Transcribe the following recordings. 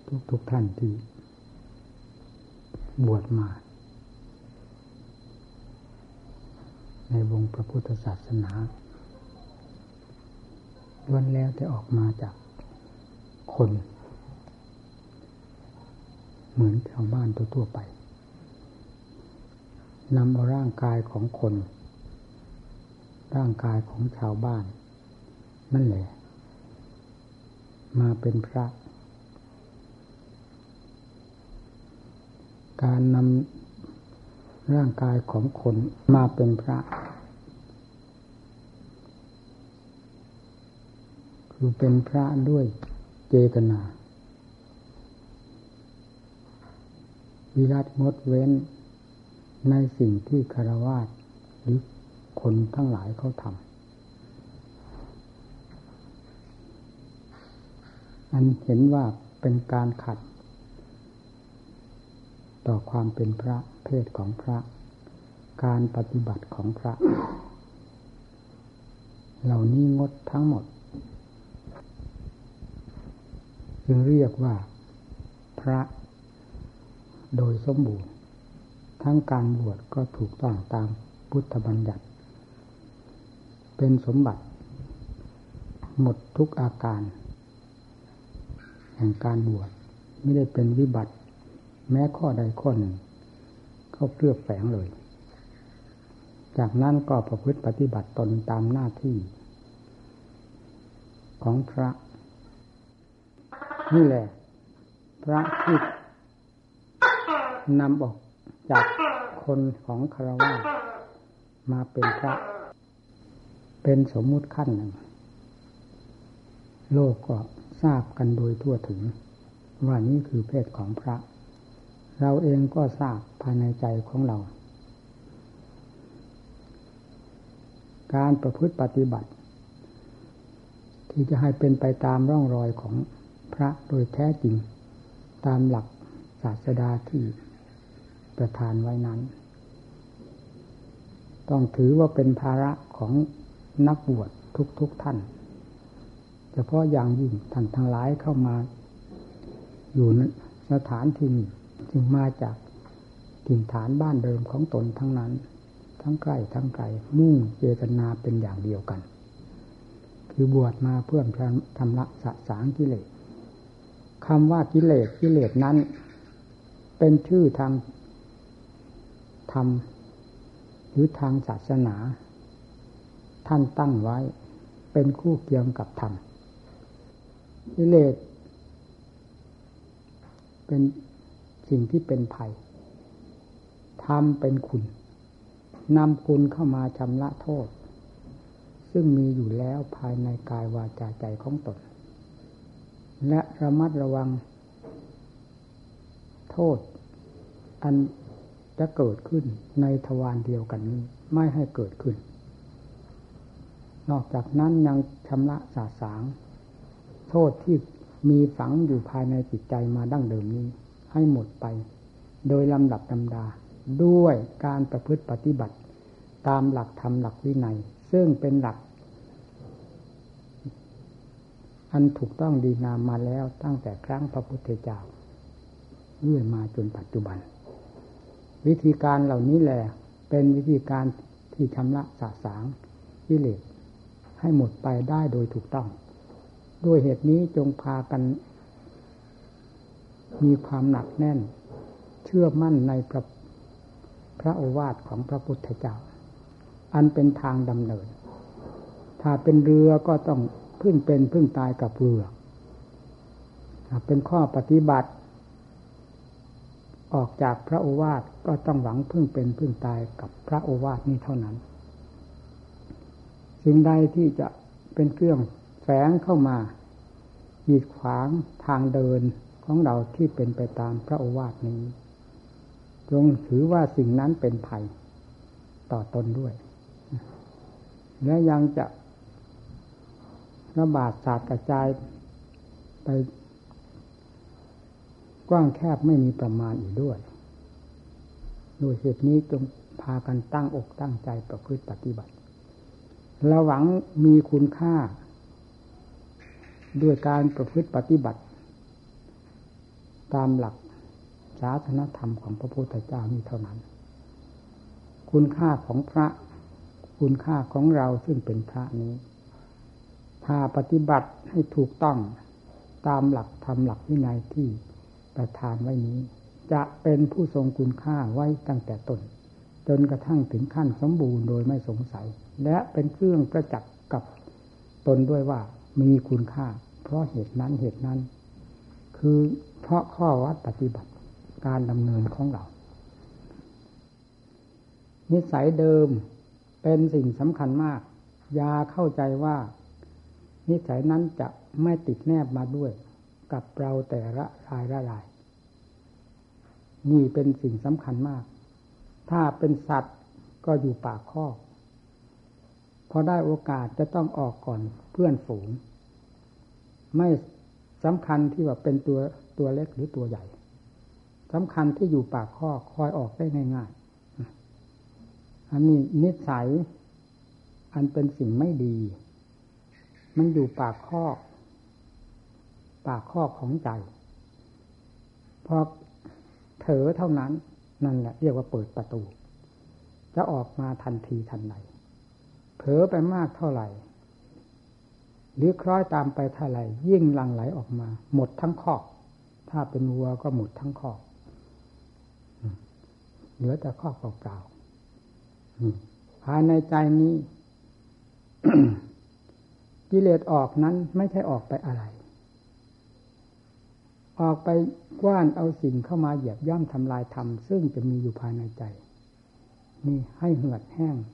ทุกท่านที่บวชมาในวงพระพุทธศาสนาล้วนแล้วแต่ออกมาจากคนเหมือนชาวบ้านทั่วๆไปนำเอาร่างกายของคนร่างกายของชาวบ้านนั่นแหละมาเป็นพระการนำร่างกายของคนมาเป็นพระคือเป็นพระด้วยเจตนาวิรัติงดเว้นในสิ่งที่ฆราวาสหรือคนทั้งหลายเขาทำอันเห็นว่าเป็นการขัดต่อความเป็นพระเพศของพระการปฏิบัติของพระเหล่านี้งดทั้งหมดจึงเรียกว่าพระโดยสมบูรณ์ทั้งการบวชก็ถูกต้องตามพุทธบัญญัติเป็นสมบัติหมดทุกอาการแห่งการบวชไม่ได้เป็นวิบัติแม้ข้อใดข้อหนึ่งเข้าเคลือบแฝงเลยจากนั้นก็ประพฤติปฏิบัติตนตามหน้าที่ของพระนี่แหละพระที่นำออกจากคนของฆราวาสมาเป็นพระเป็นสมมุติขั้นหนึ่งโลกก็ทราบกันโดยทั่วถึงว่านี้คือเพศของพระเราเองก็ทราบภายในใจของเราการประพฤติปฏิบัติที่จะให้เป็นไปตามร่องรอยของพระโดยแท้จริงตามหลักศาสดาที่ประทานไว้นั้นต้องถือว่าเป็นภาระของนักบวชทุกท่านเฉพาะอย่างยิ่งท่านทั้งหลายเข้ามาอยู่สถานที่นี้จึงมาจากถิ่นฐานบ้านเดิมของตนทั้งนั้นทั้งใกล้ทั้งไกลมุ่งเจตนาเป็นอย่างเดียวกันคือบวชมาเพื่อทำละสะสางกิเลสคำว่ากิเลสนั้นเป็นชื่อทางธรรมหรือทางศาสนาท่านตั้งไว้เป็นคู่เคียงกับธรรมกิเลสเป็นสิ่งที่เป็นภัยธรรมเป็นคุณนำคุณเข้ามาชำระโทษซึ่งมีอยู่แล้วภายในกายวาจาใจของตนและระมัดระวังโทษอันจะเกิดขึ้นในทวารเดียวกันนี้ไม่ให้เกิดขึ้นนอกจากนั้นยังชำระสาสางโทษที่มีฝังอยู่ภายในจิตใจมาดั้งเดิมนี้ให้หมดไปโดยลำดับลำดาด้วยการประพฤติปฏิบัติตามหลักธรรมหลักวินัยซึ่งเป็นหลักอันถูกต้องดีงามมาแล้วตั้งแต่ครั้งพระพุทธเจ้าเรื่อยมาจนปัจจุบันวิธีการเหล่านี้แหละเป็นวิธีการที่ชำระสาสางกิเลสให้หมดไปได้โดยถูกต้องด้วยเหตุนี้จงพากันมีความหนักแน่นเชื่อมั่นในพระโอวาทของพระพุทธเจ้าอันเป็นทางดำเนินถ้าเป็นเรือก็ต้องพึ่งเป็นพึ่งตายกับเรือถ้าเป็นข้อปฏิบัติออกจากพระโอวาทก็ต้องหวังพึ่งเป็นพึ่งตายกับพระโอวาทนี้เท่านั้นสิ่งใดที่จะเป็นเครื่องแฝงเข้ามากีดขวางทางเดินของเราที่เป็นไปตามพระโอวาทนี้จงถือว่าสิ่งนั้นเป็นภัยต่อตนด้วยและยังจะระบาดสาดกระจายไปกว้างแคบไม่มีประมาณอีกด้วยโดยเหตุนี้จงพากันตั้งอกตั้งใจประพฤติปฏิบัติเราหวังมีคุณค่าด้วยการประพฤติปฏิบัติตามหลักศาสนธรรมของพระพุทธเจ้านี้เท่านั้นคุณค่าของพระคุณค่าของเราซึ่งเป็นพระนี้ถ้าปฏิบัติให้ถูกต้องตามหลักธรรมหลักวินัยที่ประทานไว้นี้จะเป็นผู้ทรงคุณค่าไว้ตั้งแต่ต้นจนกระทั่งถึงขั้นสมบูรณ์โดยไม่สงสัยและเป็นเครื่องประจักษ์กับตนด้วยว่ามีคุณค่าเพราะเหตุนั้นเหตุนั้นคือเพราะข้อวัดปฏิบัติการดำเนินของเรานิสัยเดิมเป็นสิ่งสำคัญมากอย่าเข้าใจว่านิสัยนั้นจะไม่ติดแนบมาด้วยกับเราแต่ละรายนี่เป็นสิ่งสำคัญมากถ้าเป็นสัตว์ก็อยู่ปากคอกพอได้โอกาสจะต้องออกก่อนเพื่อนฝูงไม่สำคัญที่ว่าเป็นตัวเล็กหรือตัวใหญ่สำคัญที่อยู่ปากคอกคอยออกได้ง่ายๆอันนี้นิสัยอันเป็นสิ่งไม่ดีมันอยู่ปากคอกของใจพอเผลอเท่านั้นนั่นแหละเรียกว่าเปิดประตูจะออกมาทันทีทันใดเผลอไปมากเท่าไหร่หรือคล้อยตามไปเท่าไหร่ยิ่งหลั่งไหลออกมาหมดทั้งคอกถ้าเป็นวัวก็หมดทั้งคอกเหลือแต่คอกเปล่าๆภายในใจนี้ กิเลสออกนั้นไม่ใช่ออกไปอะไรออกไปกว้านเอาสิ่งเข้ามาเหยียบย่ำทำลายธรรมซึ่งจะมีอยู่ภายในใจนี่ให้เหือดแห้ง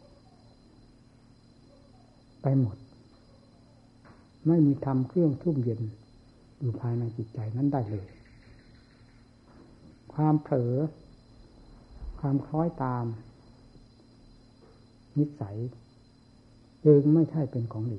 ไปหมดไม่มีธรรมเครื่องชุ่มเย็นอยู่ภายในจิตใจนั้นได้เลยความเผลอความคล้อยตามนิสัยจึงไม่ใช่เป็นของดี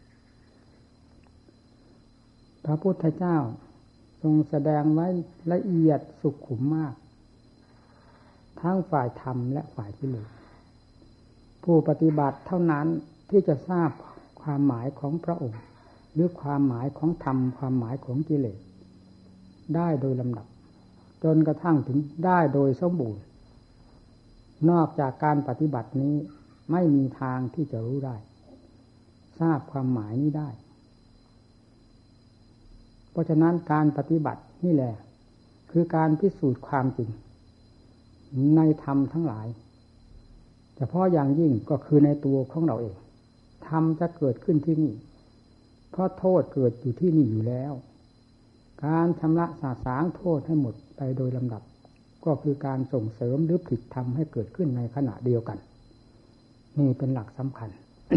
พระพุทธเจ้าทรงแสดงไว้ละเอียดสุขุมมากทั้งฝ่ายธรรมและฝ่ายกิเลสผู้ปฏิบัติเท่านั้นที่จะทราบความหมายของพระองค์หรือความหมายของธรรมความหมายของกิเลสได้โดยลำดับจนกระทั่งถึงได้โดยสมบูรณ์นอกจากการปฏิบัตินี้ไม่มีทางที่จะรู้ได้ทราบความหมายนี้ได้เพราะฉะนั้นการปฏิบัตินี่แหละคือการพิสูจน์ความจริงในธรรมทั้งหลายเฉพาะอย่างยิ่งก็คือในตัวของเราเองธรรมจะเกิดขึ้นที่นี่เพราะโทษเกิดอยู่ที่นี่อยู่แล้วการชำระสาสางโทษให้หมดไปโดยลำดับก็คือการส่งเสริมหรือผิดธรรมให้เกิดขึ้นในขณะเดียวกันนี่เป็นหลักสำคัญ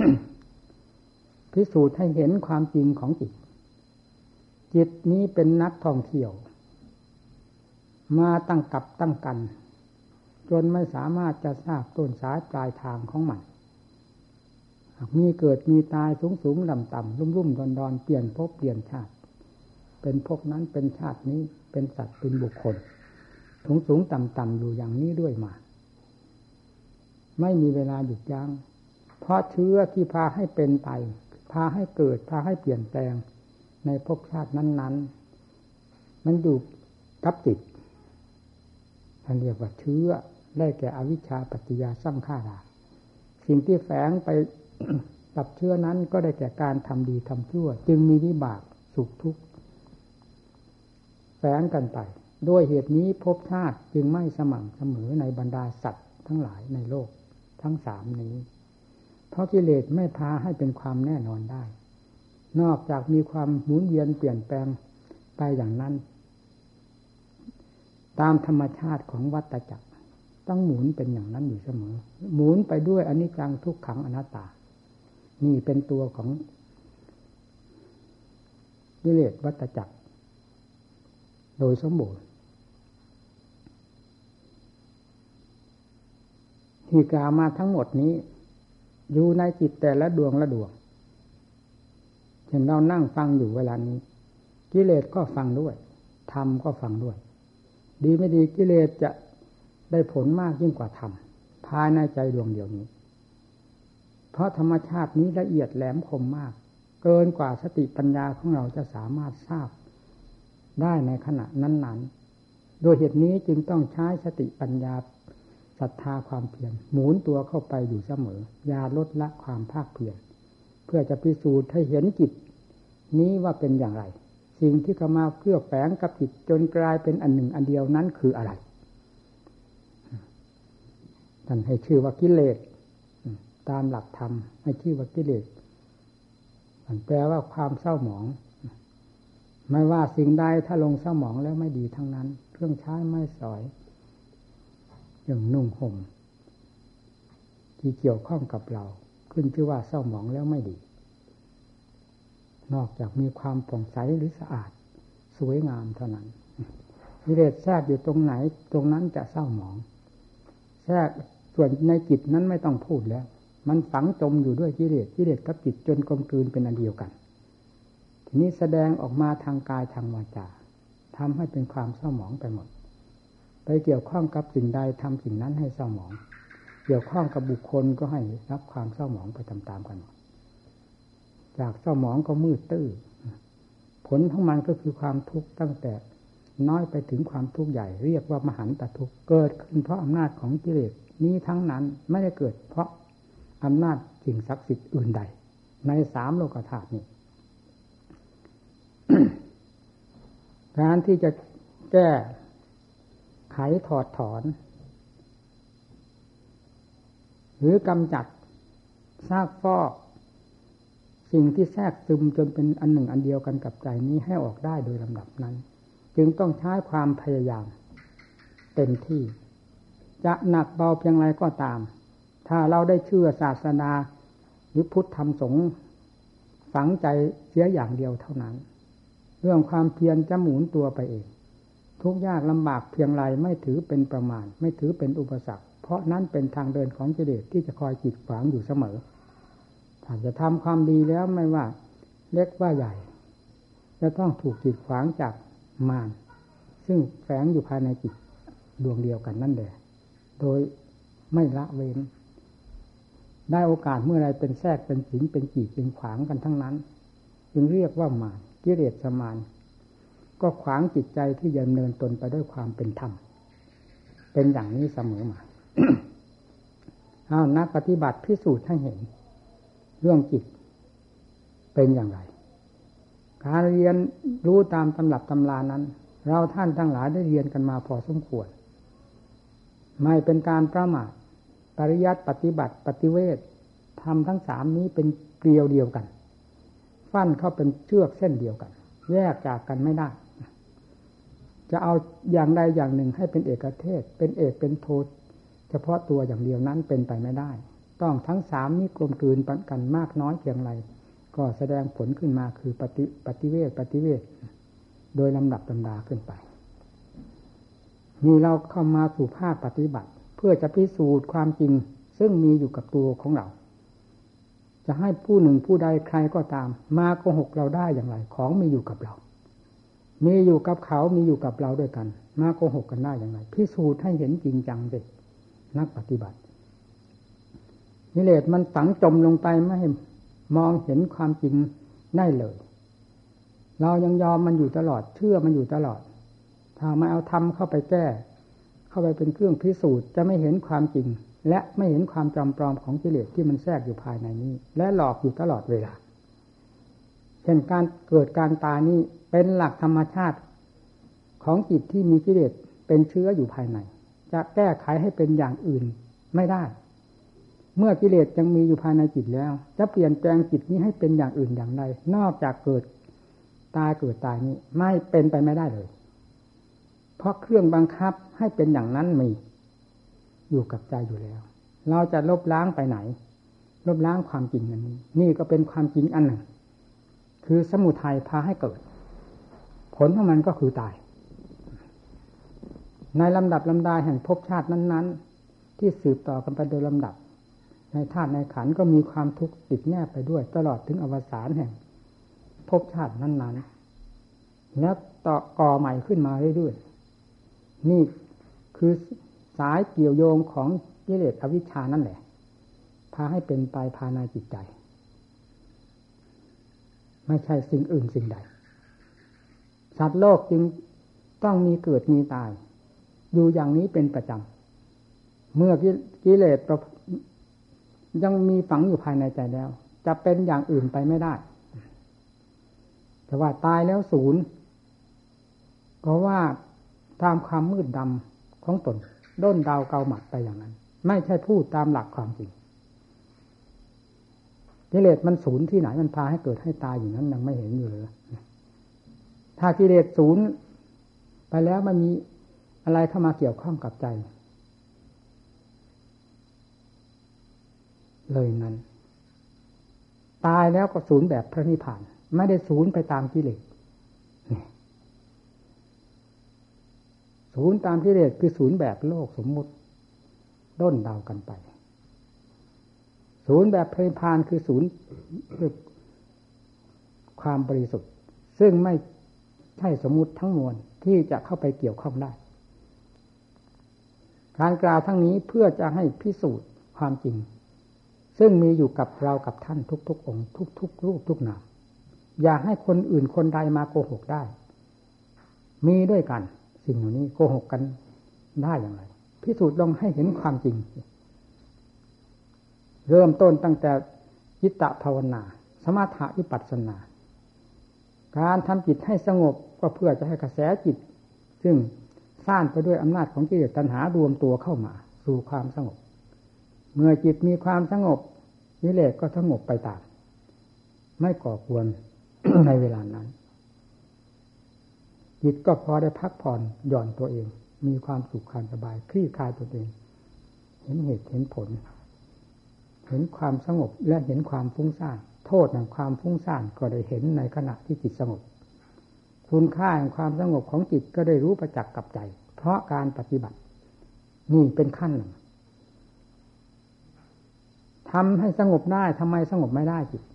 พิสูจน์ให้เห็นความจริงของจิตจิตนี้เป็นนักท่องเที่ยวมาตั้งกับตั้งกันจนไม่สามารถจะทราบต้นสายปลายทางของมันมีเกิดมีตายสูงๆต่ำๆรุ่มๆดอนๆเปลี่ยนภพเปลี่ยนชาติเป็นภพนั้นเป็นชาตินี้เป็นสัตว์เป็นบุคคลสูงๆต่ำๆอยู่อย่างนี้ด้วยมาไม่มีเวลาหยุดยั้งเพราะเชื้อที่พาให้เป็นไปพาให้เกิดพาให้เปลี่ยนแปลงในภพชาตินั้นๆมันอยู่กับจิตท่านเรียกว่าเชื้อได้แก่อวิชชาปัจจยาสังขาราสิ่งที่แฝงไป กับเชื้อนั้นก็ได้แก่การทำดีทำชั่วจึงมีวิบากสุขทุกข์แฝงกันไปด้วยเหตุนี้ภพชาติจึงไม่สม่ำเสมอในบรรดาสัตว์ทั้งหลายในโลกทั้งสามนี้เพราะกิเลสไม่พาให้เป็นความแน่นอนได้นอกจากมีความหมุนเวียนเปลี่ยนแปลงไปอย่างนั้นตามธรรมชาติของวัฏจักรต้องหมุนเป็นอย่างนั้นอยู่เสมอหมุนไปด้วยอนิจจังทุกขังอนัตตานี่เป็นตัวของกิเลสวัฏจักรโดยสมบูรณ์ที่กล่าวมาทั้งหมดนี้อยู่ในจิตแต่ละดวงละดวงเช่นเรานั่งฟังอยู่เวลานี้กิเลสก็ฟังด้วยธรรมก็ฟังด้วยดีไม่ดีกิเลสจะได้ผลมากยิ่งกว่าธรรมภายในใจดวงเดียวนี้เพราะธรรมชาตินี้ละเอียดแหลมคมมากเกินกว่าสติปัญญาของเราจะสามารถทราบได้ในขณะนั้นๆโดยเหตุนี้จึงต้องใช้สติปัญญาศรัทธาความเพียรหมุนตัวเข้าไปอยู่เสมออย่าลดละความภาคเพียรเพื่อจะพิสูจน์ให้เห็นจิตนี้ว่าเป็นอย่างไรสิ่งที่เข้ามาเคลือบแฝงกับจิตจนกลายเป็นอันหนึ่งอันเดียวนั้นคืออะไรท่านให้ชื่อว่ากิเลสตามหลักธรรมให้ชื่อว่ากิเลสมันแปลว่าความเศร้าหมองไม่ว่าสิ่งใดถ้าลงเศร้าหมองแล้วไม่ดีทั้งนั้นเครื่องใช้ไม่สอยอย่างนุ่งห่มที่เกี่ยวข้องกับเราขึ้นชื่อว่าเศร้าหมองแล้วไม่ดีนอกจากมีความผ่องใสหรือสะอาดสวยงามเท่านั้นกิเลสแทรกอยู่ตรงไหนตรงนั้นจะเศร้าหมองแทรกส่วนในจิตนั้นไม่ต้องพูดแล้วมันฝังจมอยู่ด้วยกิเลสกับจิตจนกลมกลืนเป็นอันเดียวกันทีนี้แสดงออกมาทางกายทางวาจาทำให้เป็นความเศร้าหมองไปหมดไปเกี่ยวข้องกับสิ่งใดทำสิ่งนั้นให้เศร้าหมองเกี่ยวข้องกับบุคคลก็ให้รับความเศร้าหมองไปตามๆกันจากเศร้าหมองก็มืดตื้อผลของมันก็คือความทุกข์ตั้งแต่น้อยไปถึงความทุกข์ใหญ่เรียกว่ามหันตทุกข์เกิดขึ้นเพราะอำนาจของกิเลสนี้ทั้งนั้นไม่ได้เกิดเพราะอำนาจสิ่งศักดิ์สิทธิ์อื่นใดใน3โลกธาตุนี้ การที่จะแก้ไขถอดถอนหรือกำจัดซากฟอกสิ่งที่แทรกซึมจนเป็นอันหนึ่งอันเดียวกันกับใจนี้ให้ออกได้โดยลำดับนั้นจึงต้องใช้ความพยายามเต็มที่จะหนักเบาเพียงไรก็ตามถ้าเราได้เชื่อศาสนาหรือพุทธธรรมสงฆ์ฝังใจเสียอย่างเดียวเท่านั้นเรื่องความเพียรจะหมุนตัวไปเองทุกข์ยากลำบากเพียงไรไม่ถือเป็นประมาณไม่ถือเป็นอุปสรรคเพราะนั้นเป็นทางเดินของกิเลสที่จะคอยกีดขวางอยู่เสมอถ้าจะทำความดีแล้วไม่ว่าเล็กว่าใหญ่จะต้องถูกกีดขวางจากมารซึ่งแฝงอยู่ภายในจิตดวงเดียวกันนั่นแหละโดยไม่ละเว้นได้โอกาสเมื่อไรเป็นแทรกเป็นสิงเป็นกีดเป็นขวางกันทั้งนั้นจึงเรียกว่ามารกิเลสมารก็ขวางจิตใจที่ดำเนินตนไปด้วยความเป็นธรรมเป็นอย่างนี้เสมอมา นักปฏิบัติพิสูจน์ให้เห็นเรื่องจิตเป็นอย่างไรการเรียนรู้ตามตำรับตำรานั้นเราท่านทั้งหลายได้เรียนกันมาพอสมควรไม่เป็นการประมาทปริยัติปฏิบัติปฏิเวททำทั้ง3นี้เป็นเกลียวเดียวกันฟั่นเข้าเป็นเชือกเส้นเดียวกันแยกจากกันไม่ได้จะเอาอย่างใดอย่างหนึ่งให้เป็นเอกเทศเป็นเอกเป็นโทเฉพาะตัวอย่างเดียวนั้นเป็นไปไม่ได้ต้องทั้ง3นี้กลมกลืนกันมากน้อยเพียงไรก็แสดงผลขึ้นมาคือปฏิเวทโดยลำดับลำดาขึ้นไปนี่เราเข้ามาสู่ภาคปฏิบัติเพื่อจะพิสูจน์ความจริงซึ่งมีอยู่กับตัวของเราจะให้ผู้หนึ่งผู้ใดใครก็ตามมาโกหกเราได้อย่างไรของมีอยู่กับเรามีอยู่กับเขามีอยู่กับเราด้วยกันมาโกหกกันได้อย่างไรพิสูจน์ให้เห็นจริงจังสินักปฏิบัติกิเลสมันฝังจมลงไปไม่ให้มองเห็นความจริงได้เลยเรายังยอมมันอยู่ตลอดเชื่อมันอยู่ตลอดถ้าไม่เอาธรรมเข้าไปแก้เข้าไปเป็นเครื่องพิสูจน์จะไม่เห็นความจริงและไม่เห็นความจำปลอมของกิเลสที่มันแทรกอยู่ภายในนี้และหลอกอยู่ตลอดเวลาเช่นการเกิดการตายนี้เป็นหลักธรรมชาติของจิตที่มีกิเลสเป็นเชื้ออยู่ภายในจะแก้ไขให้เป็นอย่างอื่นไม่ได้เมื่อกิเลสยังมีอยู่ภายในจิตแล้วจะเปลี่ยนแปลงจิตนี้ให้เป็นอย่างอื่นอย่างใดนอกจากเกิดตายนี้ไม่เป็นไปไม่ได้เลยเพราะเครื่องบังคับให้เป็นอย่างนั้นมีอยู่กับใจอยู่แล้วเราจะลบล้างไปไหนลบล้างความจริงอันนี้นี่ก็เป็นความจริงอันหนึ่งคือสมุทัยพาให้เกิดผลของมันก็คือตายในลำดับลำดาแห่งภพชาตินั้นๆที่สืบต่อกันไปโดยลำดับในธาตุในขันธ์ก็มีความทุกข์ติดแนบไปด้วยตลอดถึงอวสานแห่งภพชาตินั้นๆแล้วต่อก่อใหม่ขึ้นมาเรื่อยๆนี่คือสายเกี่ยวโยงของกิเลสอวิชชานั่นแหละพาให้เป็นไปภายในจิตใจไม่ใช่สิ่งอื่นสิ่งใดสัตว์โลกจึงต้องมีเกิดมีตายอยู่อย่างนี้เป็นประจำเมื่อกิเลสยังมีฝังอยู่ภายในใจแล้วจะเป็นอย่างอื่นไปไม่ได้แต่ว่าตายแล้วศูนย์เพราะว่าตามความมืดดำของตนด้นดาวเกาหมัดไปอย่างนั้นไม่ใช่พูดตามหลักความจริงกิเลสมันศูนย์ที่ไหนมันพาให้เกิดให้ตายอยู่นั้นยังไม่เห็นอยู่เลยถ้ากิเลสศูนย์ไปแล้วมันมีอะไรเข้ามาเกี่ยวข้องกับใจเลยนั้นตายแล้วก็ศูนย์แบบพระนิพพานไม่ได้ศูนย์ไปตามกิเลสศูนย์ตามกิเลสคือศูนย์แบบโลกสมมุติด้นเดากันไปศูนย์แบบพระนิพพานคือศูนย์คือความบริสุทธิ์ซึ่งไม่ใช่สมมุติทั้งมวลที่จะเข้าไปเกี่ยวข้องได้การกล่าวทั้งนี้เพื่อจะให้พิสูจน์ความจริงซึ่งมีอยู่กับเรากับท่านทุกๆองค์ทุกๆรูปทุกนามอย่าให้คนอื่นคนใดมาโกหกได้มีด้วยกันสิ่งเหล่านี้โกหกกันได้อย่างไรพิสูจน์ลงให้เห็นความจริงเริ่มต้นตั้งแต่จิตตภาวนาสมถะวิปัสสนาการทำจิตให้สงบก็เพื่อจะให้กระแสจิตซึ่งสร้างไปด้วยอำนาจของกิเลสตัณหารวมตัวเข้ามาสู่ความสงบเมื่อจิตมีความสงบกิเลสก็สงบไปตามไม่ก่อกวน ในเวลานั้นจิตก็พอได้พักผ่อนหย่อนตัวเองมีความสุขความสบายคลี่คลายตัวเองเห็นเหตุเห็นผลเห็นความสงบและเห็นความฟุ้งซ่านโทษแห่งความฟุ้งซ่านก็ได้เห็นในขณะที่จิตสงบคุณค่าแห่งความสงบของจิตก็ได้รู้ประจักษ์กับใจเพราะการปฏิบัตินี่เป็นขั้นหนึ่งทำให้สงบได้ทำไมสงบไม่ได้จิต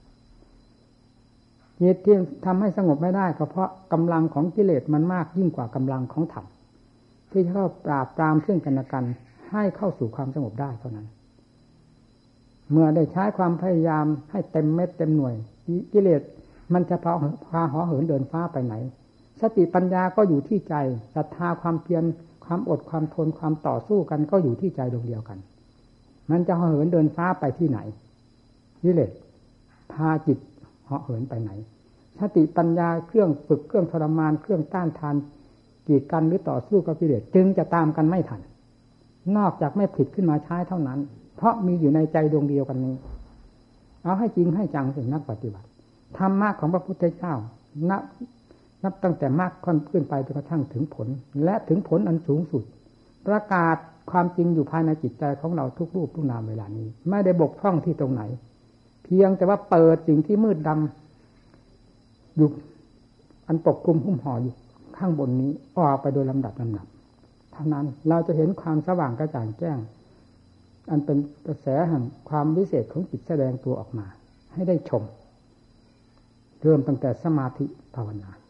ที่ทำให้สงบไม่ได้ก็เพราะกำลังของกิเลสมันมากยิ่งกว่ากำลังของธรรมที่จะเข้าปราบปรามซึ่งกันและกันให้เข้าสู่ความสงบได้เท่านั้นเมื่อได้ใช้ความพยายามให้เต็มเม็ดเต็มหน่วยกิเลสมันจะพาเหาะเหินเดินฟ้าไปไหนสติปัญญาก็อยู่ที่ใจศรัทธาความเพียรความอดความทนความต่อสู้กันก็อยู่ที่ใจดวงเดียวกันมันจะเหาะเหินเดินฟ้าไปที่ไหนกิเลสพาจิตเหาะเหินไปไหนสติปัญญาเครื่องฝึกเครื่องทรมานเครื่องต้านทานกีดกันหรือต่อสู้กับกิเลสจึงจะตามกันไม่ทันนอกจากไม่ผลิตขึ้นมาใช้เท่านั้นเพราะมีอยู่ในใจดวงเดียวกันนี้เอาให้จริงให้จังเป็นนักปฏิบัติธรรมะของพระพุทธเจ้านับตั้งแต่มากขึ้นไปจนกระทั่งถึงผลและถึงผลอันสูงสุดประกาศความจริงอยู่ภายในจิตใจของเราทุกรูปทุกนามเวลานี้ไม่ได้บกพร่องที่ตรงไหนเพียงแต่ว่าเปิดสิ่งที่มืดดำอยู่อันปกคลุมหุ้มห่ออยู่ข้างบนนี้ออกไปโดยลำดับเท่านั้นเราจะเห็นความสว่างกระจ่างแจ้งอันเป็นกระแสแห่งความวิเศษของจิตแสดงตัวออกมาให้ได้ชมเริ่มตั้งแต่สมาธิภาวนา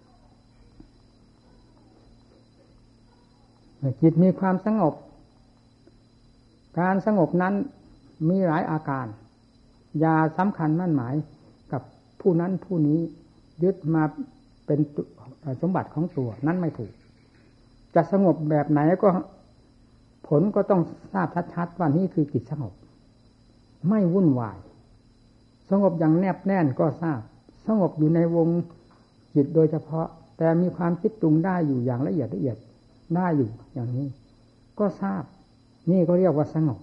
เมื่อจิตมีความสงบการสงบนั้นมีหลายอาการอย่าสำคัญมั่นหมายกับผู้นั้นผู้นี้ยึดมาเป็นสมบัติของตัวนั้นไม่ถูกจะสงบแบบไหนก็ผลก็ต้องทราบชัดๆว่านี่คือจิตสงบไม่วุ่นวายสงบอย่างแนบแน่นก็ทราบสงบอยู่ในวงจิตโดยเฉพาะแต่มีความคิดปรุงได้อยู่อย่างละเอียดได้อยู่อย่างนี้ก็ทราบนี่ก็เรียกว่าสงบ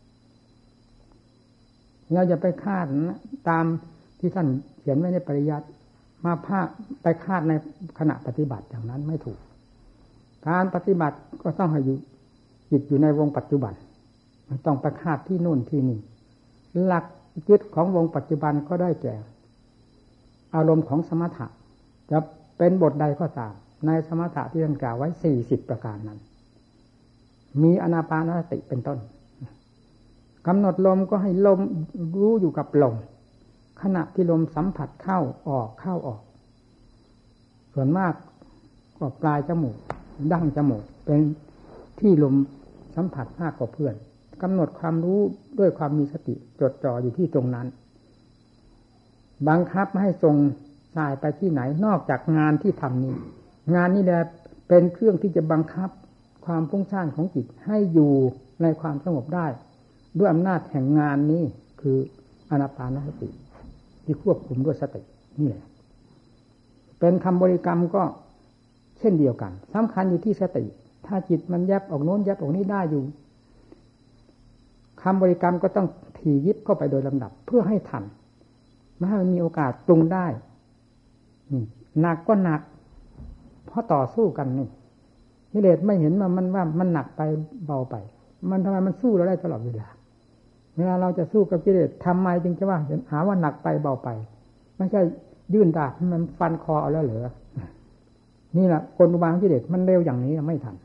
เราจะไปคาดนะตามที่ท่านเขียนไว้ในปริยัติมาไปคาดในขณะปฏิบัติอย่างนั้นไม่ถูกการปฏิบัติก็ต้องให้อยู่จิตอยู่ในวงปัจจุบันไม่ต้องไปคาดที่โน่นที่นี่หลักยึดของวงปัจจุบันก็ได้แก่อารมณ์ของสมถะจะเป็นบทใดก็ตามในสมถะที่ท่านกล่าวไว้40ประการนั้นมีอานาปานสติเป็นต้นกำหนดลมก็ให้ลมรู้อยู่กับลมขณะที่ลมสัมผัสเข้าออกส่วนมากก็ปลายจมูกดั้งจมูกเป็นที่ลมสัมผัสมากกว่าเพื่อนกำหนดความรู้ด้วยความมีสติจดจ่ออยู่ที่ตรงนั้นบังคับไม่ให้ส่งสายไปที่ไหนนอกจากงานที่ทำนี้งานนี้แหละเป็นเครื่องที่จะบังคับความฟุ้งซ่านของจิตให้อยู่ในความสงบได้ด้วยอำนาจแห่งงานนี้คืออานาปานสติที่ควบคุมด้วยสตินี่แหละเป็นคำบริกรรมก็เช่นเดียวกันสำคัญอยู่ที่สติถ้าจิตมันแยบออกโน้นแยบออกนี้ได้อยู่คำบริกรรมก็ต้องถี่ยิบเข้าไปโดยลำดับเพื่อให้ทันไม่ให้มันมีโอกาสปรุงได้หนักก็หนักเพราะต่อสู้กันนี่กิเลสไม่เห็นมันว่ามันหนักไปเบาไปมันทำไมมันสู้เราได้ตลอดเวลาเวลาเราจะสู้กับกิเลสทำไมจึงจะว่าหาว่าหนักไปเบาไปไม่ใช่ยื่นดาบมันฟันคอเอาแล้วเหรอนี่แหละกลอุบายของกิเลสมันเร็วอย่างนี้ไม่ทัน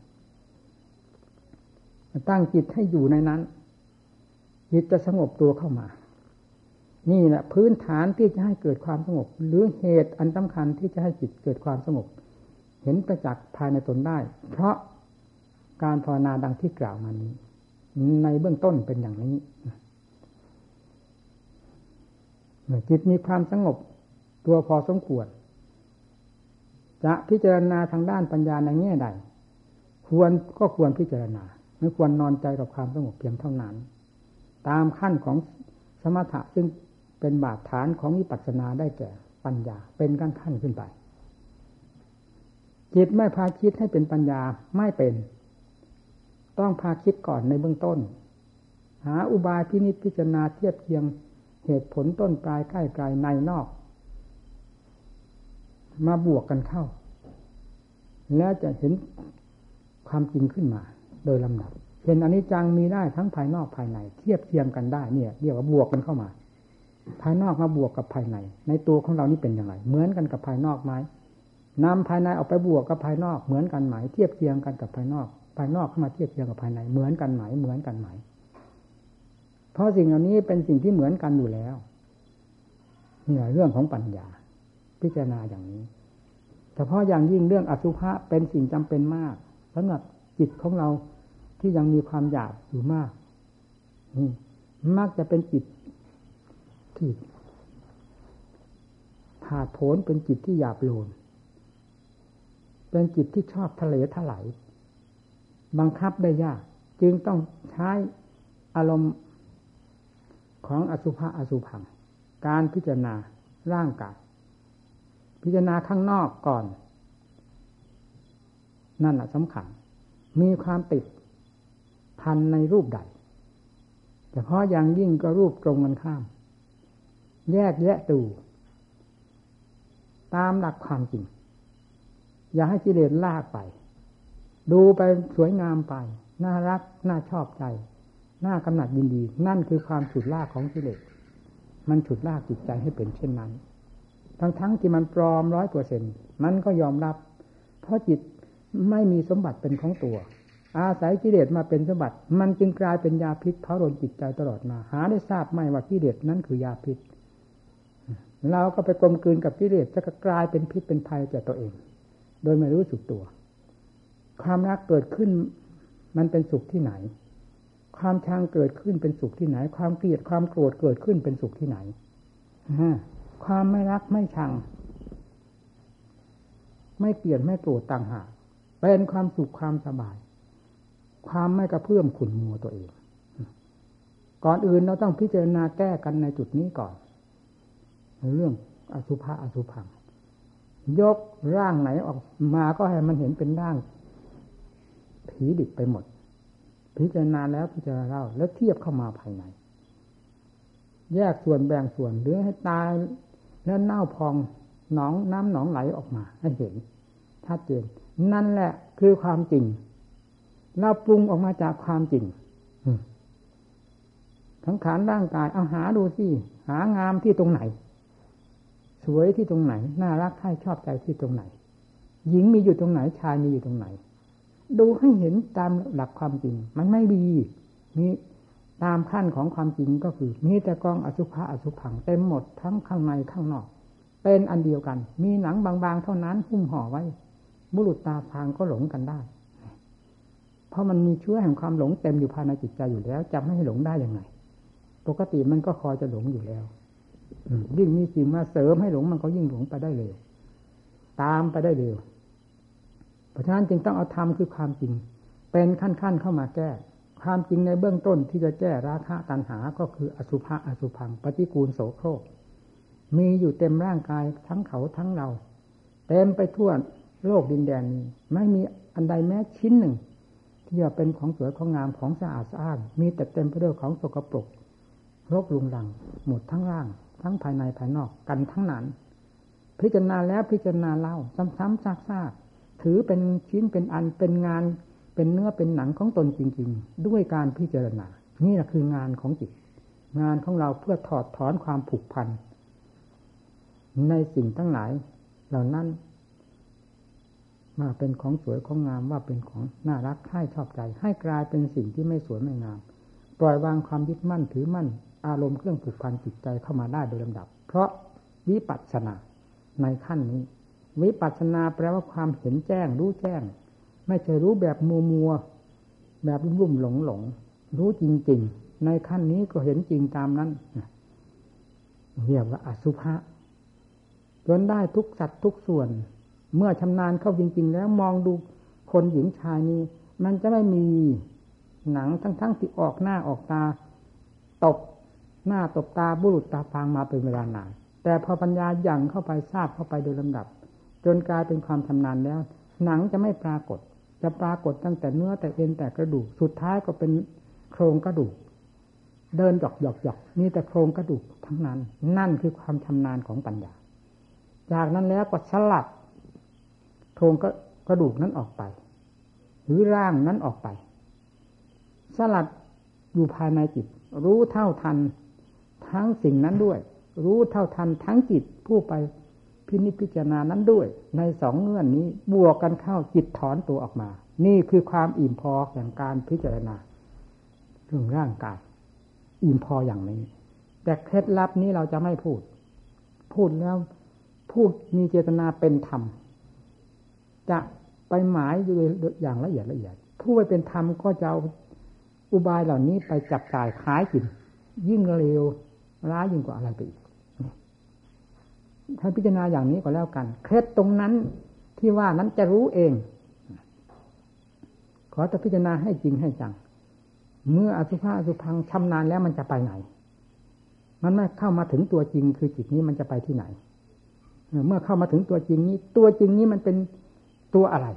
ตั้งจิตให้อยู่ในนั้นจิตจะสงบตัวเข้ามานี่แหละพื้นฐานที่จะให้เกิดความสงบหรือเหตุอันสำคัญที่จะให้จิตเกิดความสงบเห็นประจักษ์ภายในตนได้เพราะการภาวนาดังที่กล่าวมานี้ในเบื้องต้นเป็นอย่างนี้เมื่อจิตมีความสงบตัวพอสมควรจะพิจารณาทางด้านปัญญาในแง่ใดควรพิจารณาไม่ควรนอนใจกับความสงบเพียงเท่านั้นตามขั้นของสมถะซึ่งเป็นบาดฐานของวิปัสสนาได้แก่ปัญญาเป็นขั้นขึ้นไปจิตไม่พาคิดให้เป็นปัญญาไม่เป็นต้องพาคิดก่อนในเบื้องต้นหาอุบายพินิจพิจารณาเทียบเคียงเหตุผลต้นปลายใกล้ไกลในนอกมาบวกกันเข้าแล้วจะเห็นความจริงขึ้นมาโดยลำดับเห็นอนิจจังมีได้ทั้งภายนอกภายในเทียบเทียมกันได้เนี่ยเรียกว่าบวกกันเข้ามาภายนอกมาบวกกับภายในในตัวของเรานี่เป็นอย่างไรเหมือนกันกับภายนอกไหมนำภายในออกไปบวกกับภายนอกเหมือนกันไหมเทียบเทียมกันกับภายนอกภายนอกเข้ามาเทียบเทียมกับภายในเหมือนกันไหมเหมือนกันไหมเพราะสิ่งเหล่านี้เป็นสิ่งที่เหมือนกันอยู่แล้วนี่เรื่องของปัญญาพิจารณาอย่างนี้เฉพาะอย่างยิ่งเรื่องอสุภะเป็นสิ่งจำเป็นมากสำหรับจิตของเราที่ยังมีความหยาบอยู่มากมักจะเป็นจิตที่ผาดโผนเป็นจิตที่หยาบโลนเป็นจิตที่ชอบทะเลถลายบังคับได้ยากจึงต้องใช้อารมณ์ของอสุภะอสุภังการพิจารณาร่างกายพิจารณาข้างนอกก่อนนั่นแหละสำคัญมีความติดพันในรูปใดเฉพาะอย่างยิ่งก็รูปตรงกันข้ามแยกแยะดูตามหลักความจริงอย่าให้กิเลสลากไปดูไปสวยงามไปน่ารักน่าชอบใจน่ากำหนัดยินดีนั่นคือความฉุดลากของกิเลสมันฉุดลากจิตใจให้เป็นเช่นนั้นทั้งที่มันปลอม 100% มันก็ยอมรับเพราะจิตไม่มีสมบัติเป็นของตัวอาศัยกิเลสมาเป็นสมบัติมันจึงกลายเป็นยาพิษเผารนจิตใจตลอดมาหาได้ทราบไหมว่ากิเลสนั้นคือยาพิษเราก็ไปกลมกลืนกับกิเลสจะกลายเป็นพิษเป็นภัยแก่ตัวเองโดยไม่รู้สึกตัวความรักเกิดขึ้นมันเป็นสุขที่ไหนความชังเกิดขึ้นเป็นสุขที่ไหนความเกลียดความโกรธเกิดขึ้นเป็นสุขที่ไหนความไม่รักไม่ชังไม่เกลียดไม่โกรธต่างหากเป็นความสุขความสบายความไม่กระเพื่อมขุ่นมัวตัวเองก่อนอื่นเราต้องพิจารณาแก้กันในจุดนี้ก่อนเรื่องอสุภะอสุภังยกร่างไหนออกมาก็ให้มันเห็นเป็นร่างผีดิบไปหมดพิจารณาแล้วพิจารณาเล่าแล้วเทียบเข้ามาภายในแยกส่วนแบ่งส่วนหรือให้ตายแล้วเน่าพองหนองน้ำหนองไหลออกมาให้เห็นชัดเจนนั่นแหละคือความจริงเราปรุงออกมาจากความจริงสังขารร่างกายเอาหาดูสิหางามที่ตรงไหนสวยที่ตรงไหนน่ารักใคร่ชอบใจที่ตรงไหนหญิงมีอยู่ตรงไหนชายมีอยู่ตรงไหนดูให้เห็นตามหลักความจริงมันไม่มีตามขั้นของความจริงก็คือมีแต่กองอสุภะอสุภังเต็มหมดทั้งข้างในข้างนอกเป็นอันเดียวกันมีหนังบางๆเท่านั้นหุ้มห่อไว้บุรุษตาพางก็หลงกันได้เพราะมันมีเชื้อแห่งความหลงเต็มอยู่ภายในจิตใจอยู่แล้วจะไม่ให้หลงได้ยังไงปกติมันก็คอยจะหลงอยู่แล้วยิ่งมีสิ่งมาเสริมให้หลงมันก็ยิ่งหลงไปได้เร็วตามไปได้เร็วเพราะฉะนั้นจึงต้องเอาธรรมคือความจริงเป็นขั้นๆเข้ามาแก้ความจริงในเบื้องต้นที่จะแก้ราคะตัณหาก็คืออสุภะอสุภังปฏิกูลโสโครกมีอยู่เต็มร่างกายทั้งเขาทั้งเราเต็มไปทั่วโลกดินแดนนี้ไม่มีอันใดแม้ชิ้นหนึ่งที่จะเป็นของสวยของงามของสะอาดสะอ้านมีแต่เต็มไปด้วยของสกปรกรกรุงรังหมดทั้งร่างทั้งภายในภายนอกกันทั้งนั้นพิจารณาแล้วพิจารณาเล่าซ้ำๆซากๆถือเป็นชิ้นเป็นอันเป็นงานเป็นเนื้อเป็นหนังของตนจริงๆด้วยการพิจารณานี่แหละคืองานของจิตงานของเราเพื่อถอดถอนความผูกพันในสิ่งทั้งหลายเหล่านั้นมาเป็นของสวยของงามว่าเป็นของน่ารักใคร่ชอบใจให้กลายเป็นสิ่งที่ไม่สวยไม่งามปล่อยวางความยึดมั่นถือมั่นอารมณ์เครื่องผูกพันจิตใจเข้ามาได้โดยลำดับเพราะวิปัสสนาในขั้นนี้วิปัสสนาแปลว่าความเห็นแจ้งรู้แจ้งไม่ใช่รู้แบบมัวแบบรุ่มๆหลงรู้จริงๆในขั้นนี้ก็เห็นจริงตามนั้นเรียกว่าอสุภะจนได้ทุกสัตว์ทุกส่วนเมื่อชำนาญเข้าจริงๆแล้วมองดูคนหญิงชายนี้มันจะไม่มีหนังทั้งที่ออกหน้าออกตาตบหน้าตบตาบุรุษตาฟางมาเป็นเวลานานแต่พอปัญญายั่งเข้าไปทราบเข้าไปโดยลำดับจนกลายเป็นความชำนาญแล้วหนังจะไม่ปรากฏจะปรากฏตั้งแต่เนื้อแต่เอ็นแต่กระดูกสุดท้ายก็เป็นโครงกระดูกเดินหยอกมีแต่โครงกระดูกทั้งนั้นนั่นคือความชำนาญของปัญญาจากนั้นแล้วก็สลัดโครงกระดูกนั้นออกไปหรือร่างนั้นออกไปสลัดอยู่ภายในจิตรู้เท่าทันทั้งสิ่งนั้นด้วยรู้เท่าทันทั้งจิตผู้ไปพินิจพิจารณานั้นด้วยในสองเงื่อนนี้บวกกันเข้าจิตถอนตัวออกมานี่คือความอิ่มพอแห่งการพิจารณาเรื่องร่างกายอิ่มพออย่างนี้แต่เคล็ดลับนี้เราจะไม่พูดแล้วพูดมีเจตนาเป็นธรรมจะไปหมายอยู่อย่างละเอียดผู้ไปเป็นธรรมก็จะเอาอุบายเหล่านี้ไปจับจ่ายขายกินยิ่งเร็วร้ายยิ่งกว่าอะไรไปอีกถ้าพิจารณาอย่างนี้ก็แล้วกันเคล็ดตรงนั้นที่ว่านั้นจะรู้เองขอแต่พิจารณาให้จริงให้จังเมื่ออสุภะอสุภังชำนาญแล้วมันจะไปไหนมันไม่เข้ามาถึงตัวจริงคือจิตนี้มันจะไปที่ไหนเมื่อเข้ามาถึงตัวจริงนี้ตัวจริงนี้มันเป็นตัวอะไร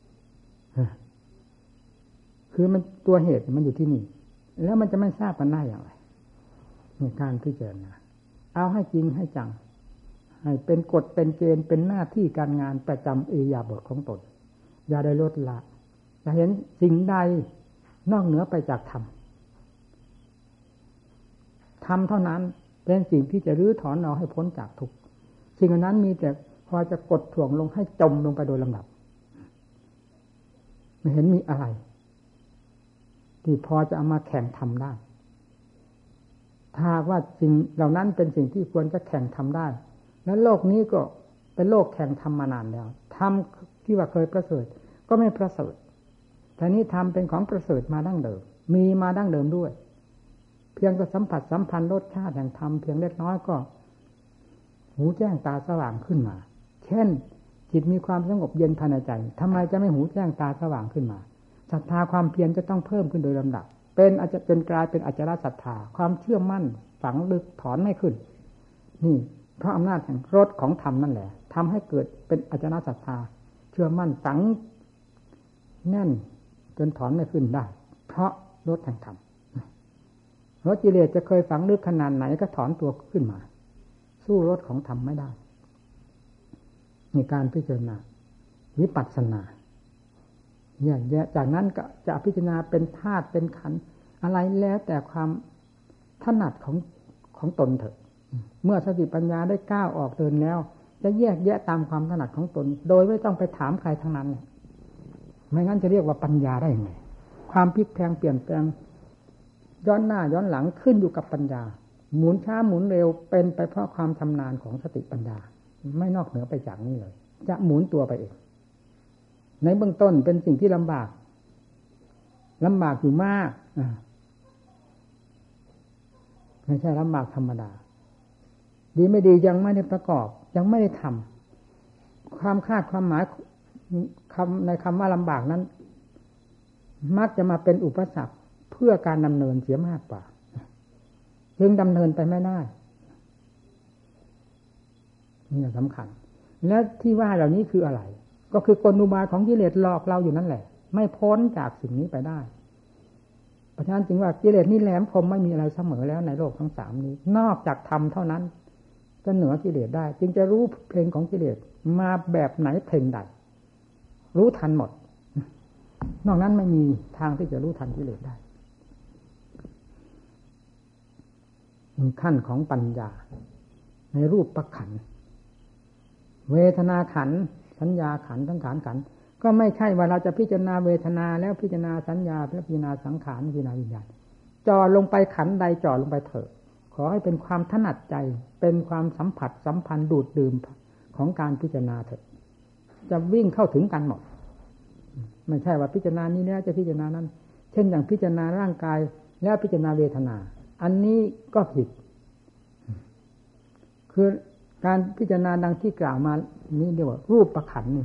คือมันตัวเหตุมันอยู่ที่นี่แล้วมันจะไม่ทราบกันได้อย่างไรในการพิจารณาเอาให้จริงให้จังให้เป็นกฎเป็นเกณฑ์เป็นหน้าที่การงานประจำอิริยาบถของตนอย่าได้ลดละอย่าเห็นสิ่งใดนอกเหนือไปจากธรรมเท่านั้นเป็นสิ่งที่จะรื้อถอนเราให้พ้นจากทุกข์สิ่งนั้นมีแต่พอจะกดถ่วงลงให้จมลงไปโดยลำดับไม่เห็นมีอะไรที่พอจะเอามาแข่งทำได้ถ้าว่าสิ่งเหล่านั้นเป็นสิ่งที่ควรจะแข่งทำได้แล้วโลกนี้ก็เป็นโลกแข่งทำมานานแล้วทำที่ว่าเคยประเสริฐก็ไม่ประเสริฐแต่นี้ทำเป็นของประเสริฐมาดั้งเดิมมีมาดั้งเดิมด้วยเพียงก็สัมผัสสัมพันธ์รสชาติแห่งธรรมเพียงเล็กน้อยก็หูแจ้งตาสว่างขึ้นมาเช่นจิตมีความสงบเย็นภายในใจทำไมจะไม่หูแจ้งตาสว่างขึ้นมาศรัทธาความเพียรจะต้องเพิ่มขึ้นโดยลำดับเป็นอาจจะเป็นกลายเป็นอจารศรัทธาความเชื่อมั่นฝังลึกถอนไม่ขึ้นนี่เพราะอำนาจแห่งรสของธรรมนั่นแหละทำให้เกิดเป็นอจารศรัทธาเชื่อมั่นฝังแน่นจนถอนไม่ขึ้นได้เพราะรสแห่งธรรมรสกิเลสจะเคยฝังลึกขนาดไหนก็ถอนตัวขึ้นมาสู้รสของธรรมไม่ได้ในการพิจารณาวิปัสสนาเนี่ยจากนั้นก็จะพิจารณาเป็นธาตุเป็นขันธ์อะไรแล้วแต่ความถนัดของตนเถอะเมื่อสติปัญญาได้ก้าวออกเดินแล้วจะแยกแยะตามความถนัดของตนโดยไม่ต้องไปถามใครทั้งนั้นไม่งั้นจะเรียกว่าปัญญาได้ยังไงความพลิกแพลงเปลี่ยนแปลงย้อนหน้าย้อนหลังขึ้นอยู่กับปัญญาหมุนช้าหมุนเร็วเป็นไปเพราะความชำนาญของสติปัญญาไม่นอกเหนือไปจากนี้เลยจะหมุนตัวไปเองในเบื้องต้นเป็นสิ่งที่ลำบากอยู่มากไม่ใช่ลำบากธรรมดาดีไม่ดียังไม่ได้ประกอบยังไม่ได้ทำความคาดความหมายในคำว่าลำบากนั้นมักจะมาเป็นอุปสรรคเพื่อการดำเนินเสียมากกว่าจึงดำเนินไปไม่ได้นี่สำคัญและที่ว่าเหล่านี้คืออะไรก็คือกลอุบายของกิเลสหลอกเราอยู่นั่นแหละไม่พ้นจากสิ่งนี้ไปได้เพราะฉะนั้นจึงว่ากิเลสนี่แหลมคมไม่มีอะไรเสมอแล้วในโลกทั้งสามนี้นอกจากธรรมเท่านั้นจะเหนือกิเลสได้จึงจะรู้เพลงของกิเลสมาแบบไหนเพลงใดรู้ทันหมดนอกนั้นไม่มีทางที่จะรู้ทันกิเลสได้ขั้นของปัญญาในรูปประขันธ์เวทนาขันธ์สัญญาขันธ์สังขารขันธ์ก็ไม่ใช่ว่าเราจะพิจารณาเวทนาแล้วพิจารณาสัญญาแล้วพิจารณาสังขารพิจารณาวิญญาณจ่อลงไปขันธ์ใดจ่อลงไปเถอะขอให้เป็นความถนัดใจเป็นความสัมผัสสัมพันธ์ดูดดื่มของการพิจารณาเถอะจะวิ่งเข้าถึงกันหมดไม่ใช่ว่าพิจารณานี้แล้วจะพิจารณานั้นเช่นอย่างพิจารณาร่างกายแล้วพิจารณาเวทนาอันนี้ก็ผิดคือการพิจารณาดังที่กล่าวมานี้เรียกว่ารูปประขันธ์นี่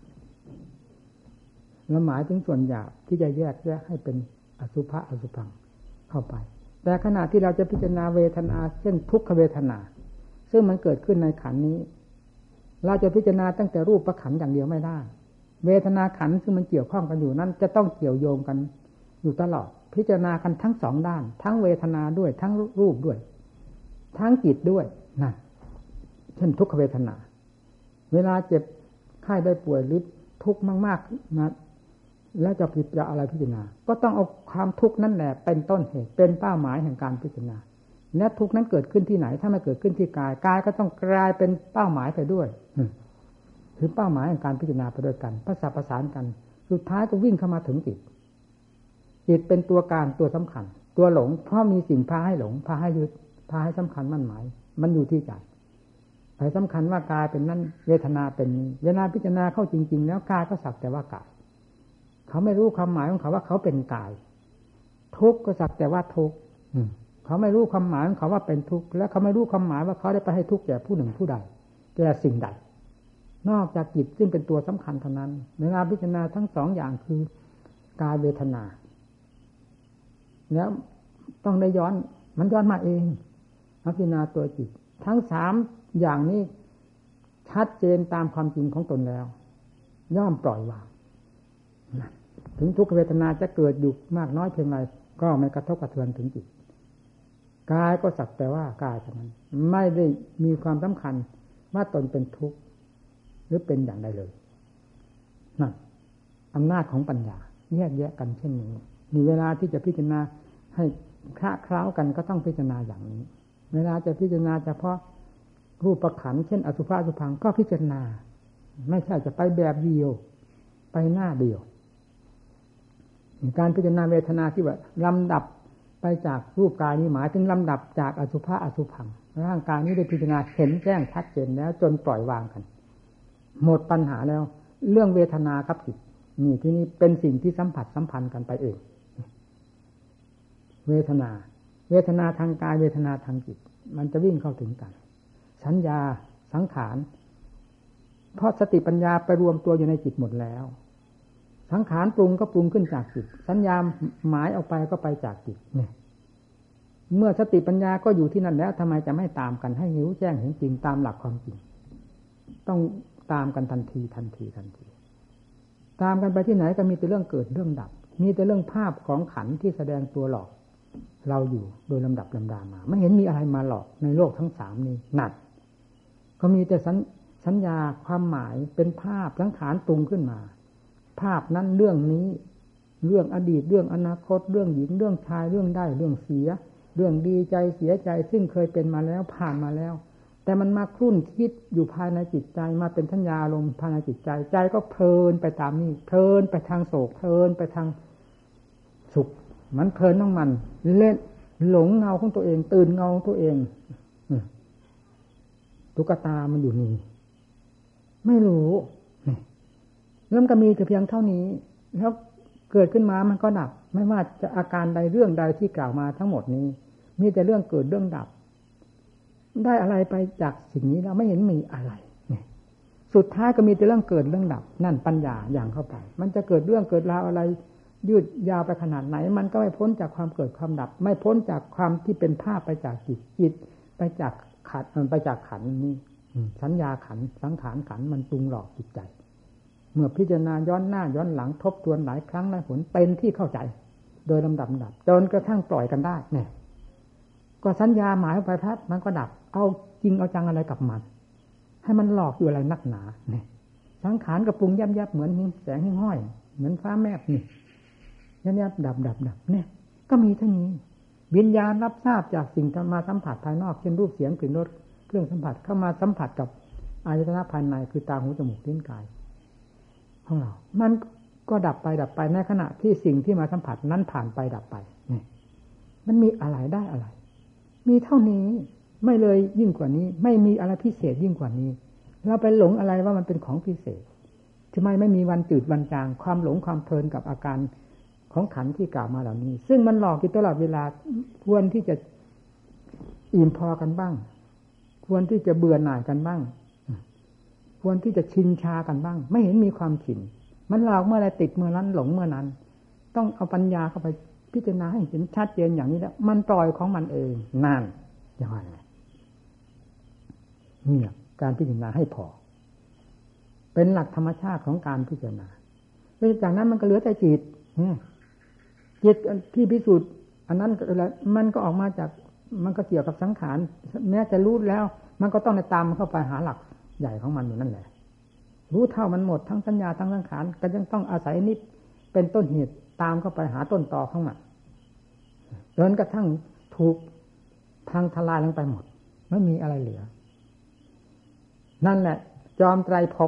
เราหมายถึงส่วนหยาบที่จะแยกให้เป็นอสุภะอสุภังเข้าไปแต่ขณะที่เราจะพิจารณาเวทนาเช่นทุกขเวทนาซึ่งมันเกิดขึ้นในขันธ์นี้เราจะพิจารณาตั้งแต่รูปประขันธ์อย่างเดียวไม่ได้เวทนาขันธ์ซึ่งมันเกี่ยวข้องกันอยู่นั้นจะต้องเกี่ยวโยงกันอยู่ตลอดพิจารณากันทั้งสองด้านทั้งเวทนาด้วยทั้งรูปด้วยทั้งจิตด้วยนั่นเช่นทุกขเวทนาเวลาเจ็บไข้ได้ป่วยหรือทุกข์มากๆนะแล้วจะพิจารณาอะไรพิจารณาก็ต้องเอาความทุกข์นั่นแหละเป็นต้นเหตุเป็นเป้าหมายแห่งการพิจารณาและทุกข์นั้นเกิดขึ้นที่ไหนถ้าไม่เกิดขึ้นที่กายกายก็ต้องกลายเป็นเป้าหมายไปด้วยคือเป้าหมายแห่งการพิจารณาไปด้วยกันประสานประสานกันสุดท้ายก็วิ่งเข้ามาถึงจิตจิตเป็นตัวการตัวสำคัญตัวหลงเพราะมีสิ่งพาให้หลงพาให้ยึดพาให้สำคัญมั่นหมายมันอยู่ที่ใจไปสำคัญว่ากายเป็นนั่นเวทนาเป็นนี้เวลาพิจารณาเข้าจริงๆแล้วกายก็สักแต่ว่ากายเขาไม่รู้ความหมายของเขาว่าเขาเป็นกายทุกข์ก็สักแต่ว่าทุกข์เขาไม่รู้ความหมายของเขาว่าเป็นทุกข์และเขาไม่รู้ความหมายว่าเขาได้ไปให้ทุกข์แก่ผู้หนึ่งผู้ใดแก่สิ่งใดนอกจากจิตซึ่งเป็นตัวสำคัญเท่านั้นเวลาพิจารณาทั้งสองอย่างคือกายเวทนาแล้วต้องได้ย้อนมันย้อนมาเองพิจารณาตัวจิตทั้งสามอย่างนี้ชัดเจนตามความจริงของตนแล้วย่อมปล่อยวางถึงทุกขเวทนาจะเกิดอยู่มากน้อยเพียงไรก็ไม่กระทบกระเทือนถึงจิตกายก็สักแต่ว่ากายเท่านั้นไม่ได้มีความสำคัญว่าตนเป็นทุกข์หรือเป็นอย่างใดเลยนั่นอำนาจของปัญญาแยกแยะกันเช่นนี้มีเวลาที่จะพิจารณาให้คละเคล้ากันก็ต้องพิจารณาอย่างนี้เวลาจะพิจารณาเฉพาะรูปขันธ์เช่นอสุภะอสุภังก็พิจารณาไม่ใช่จะไปแบบเดียวไปหน้าเดียวการพิจารณาเวทนาที่ว่าลำดับไปจากรูปกายนี้หมายถึงลำดับจากอสุภะอสุภังร่างกายนี้ได้พิจารณาเห็นแจ้งชัดเจนแล้วจนปล่อยวางกันหมดปัญหาแล้วเรื่องเวทนากับจิตนี่ที่นี่เป็นสิ่งที่สัมผัสสัมพันธ์กันไปเองเวทนาทางกายเวทนาทางจิตมันจะวิ่งเข้าถึงกันสัญญาสังขารเพราะสติปัญญาไปรวมตัวอยู่ในจิตหมดแล้วสังขารปรุงก็ปรุงขึ้นจากจิตสัญญาหมายออกไปก็ไปจากจิตเนี่ยเมื่อสติปัญญาก็อยู่ที่นั่นแล้วทำไมจะไม่ตามกันให้รู้แจ้งเห็นจริงตามหลักความจริงต้องตามกันทันทีตามกันไปที่ไหนก็มีแต่เรื่องเกิดเรื่องดับมีแต่เรื่องภาพของขันธ์ที่แสดงตัวหลอกเราอยู่โดยลำดับลำดามาไม่เห็นมีอะไรมาหลอกในโลกทั้งสามนี้หนักก็มีแต่สัญญาความหมายเป็นภาพสังขารปรุงขึ้นมาภาพนั้นเรื่องนี้เรื่องอดีตเรื่องอนาคตเรื่องหญิงเรื่องชายเรื่องได้เรื่องเสียเรื่องดีใจเสียใจซึ่งเคยเป็นมาแล้วผ่านมาแล้วแต่มันมาครุ่นคิดอยู่ภายในจิตใจมาเป็นสัญญาลมภายในจิตใจใจก็เพลินไปตามนี้เพลินไปทางโศกเพลินไปทางสุขมันเพลินของมันเล่นหลงเงาของตัวเองตื่นเงาของตัวเองตุ๊กตามันอยู่นี่ไม่รู้แล้วมันก็มีแต่เพียงเท่านี้แล้วเกิดขึ้นมามันก็ดับไม่ว่าจะอาการใดเรื่องใดที่กล่าวมาทั้งหมดนี้มีแต่เรื่องเกิดเรื่องดับได้อะไรไปจากสิ่งนี้เราไม่เห็นมีอะไรสุดท้ายก็มีแต่เรื่องเกิดเรื่องดับนั่นปัญญาอย่างเข้าไปมันจะเกิดเรื่องเกิดราวอะไรยืดยาวไปขนาดไหนมันก็ไม่พ้นจากความเกิดความดับไม่พ้นจากความที่เป็นภาพไปจากจิตไปจากขันมันไปจากขันนี้สัญญาขันสังขารขันมันปรุงหลอกจิตใจเมื่อพิจารณาย้อนหน้าย้อนหลังทบทวนหลายครั้งหลายหนเป็นที่เข้าใจโดยลำดับจนกระทั่งปล่อยกันได้เนี่ยก็สัญญาหมายไปพัดมันก็ดับเอาจริงเอาจังอะไรกับมันให้มันหลอกอยู่อะไรนักหนาเนี่ยสังขารกับปรุงยับเหมือนแสงหิ้งห้อยเหมือนฟ้าแมบนี่ยับดับเนี่ยก็มีเท่านี้วิญญาณรับทราบจากสิ่งที่มาสัมผัสภายนอกเช่นรูปเสียงกลิ่นรสเครื่องสัมผัสเข้ามาสัมผัสกับอายตนะภายในคือตาหูจมูกลิ้นกายของเรามันก็ดับไปในขณะที่สิ่งที่มาสัมผัสนั้นผ่านไปดับไปนี่มันมีอะไรได้อะไรมีเท่านี้ไม่เลยยิ่งกว่านี้ไม่มีอะไรพิเศษยิ่งกว่านี้เราไปหลงอะไรว่ามันเป็นของพิเศษทำไมไม่มีวันจืดวันจางความหลงความเพลินกับอาการของขันธ์ที่กล่าวมาเหล่านี้ซึ่งมันหลอกอยู่ตลอดเวลาควรที่จะอิ่มพอกันบ้างควรที่จะเบื่อหน่ายกันบ้างควรที่จะชินชากันบ้างไม่เห็นมีความชินมันหลอกเมื่อไรติดเมื่อนั้นหลงเมื่อนั้นต้องเอาปัญญาเข้าไปพิจารณาให้เห็นชัดเจนอย่างนี้แล้วมันปล่อยของมันเองนั่นอย่างไรนี่แหละการพิจารณาให้พอเป็นหลักธรรมชาติของการพิจารณาจากนั้นมันก็เหลือแต่จิตที่พิสูจน์อันนั้นมันก็ออกมาจากมันก็เกี่ยวกับสังขารแม้จะรู้แล้วมันก็ต้องตามเข้าไปหาหลักใหญ่ของมันอยู่นั่นแหละรู้เท่ามันหมดทั้งสัญญาทั้งสังขารก็ยังต้องอาศัยนิดเป็นต้นเหตุตามเข้าไปหาต้นตอของมันจนกระทั่งถูกพังทลายลงไปหมดไม่มีอะไรเหลือนั่นแหละจอมไตรภพ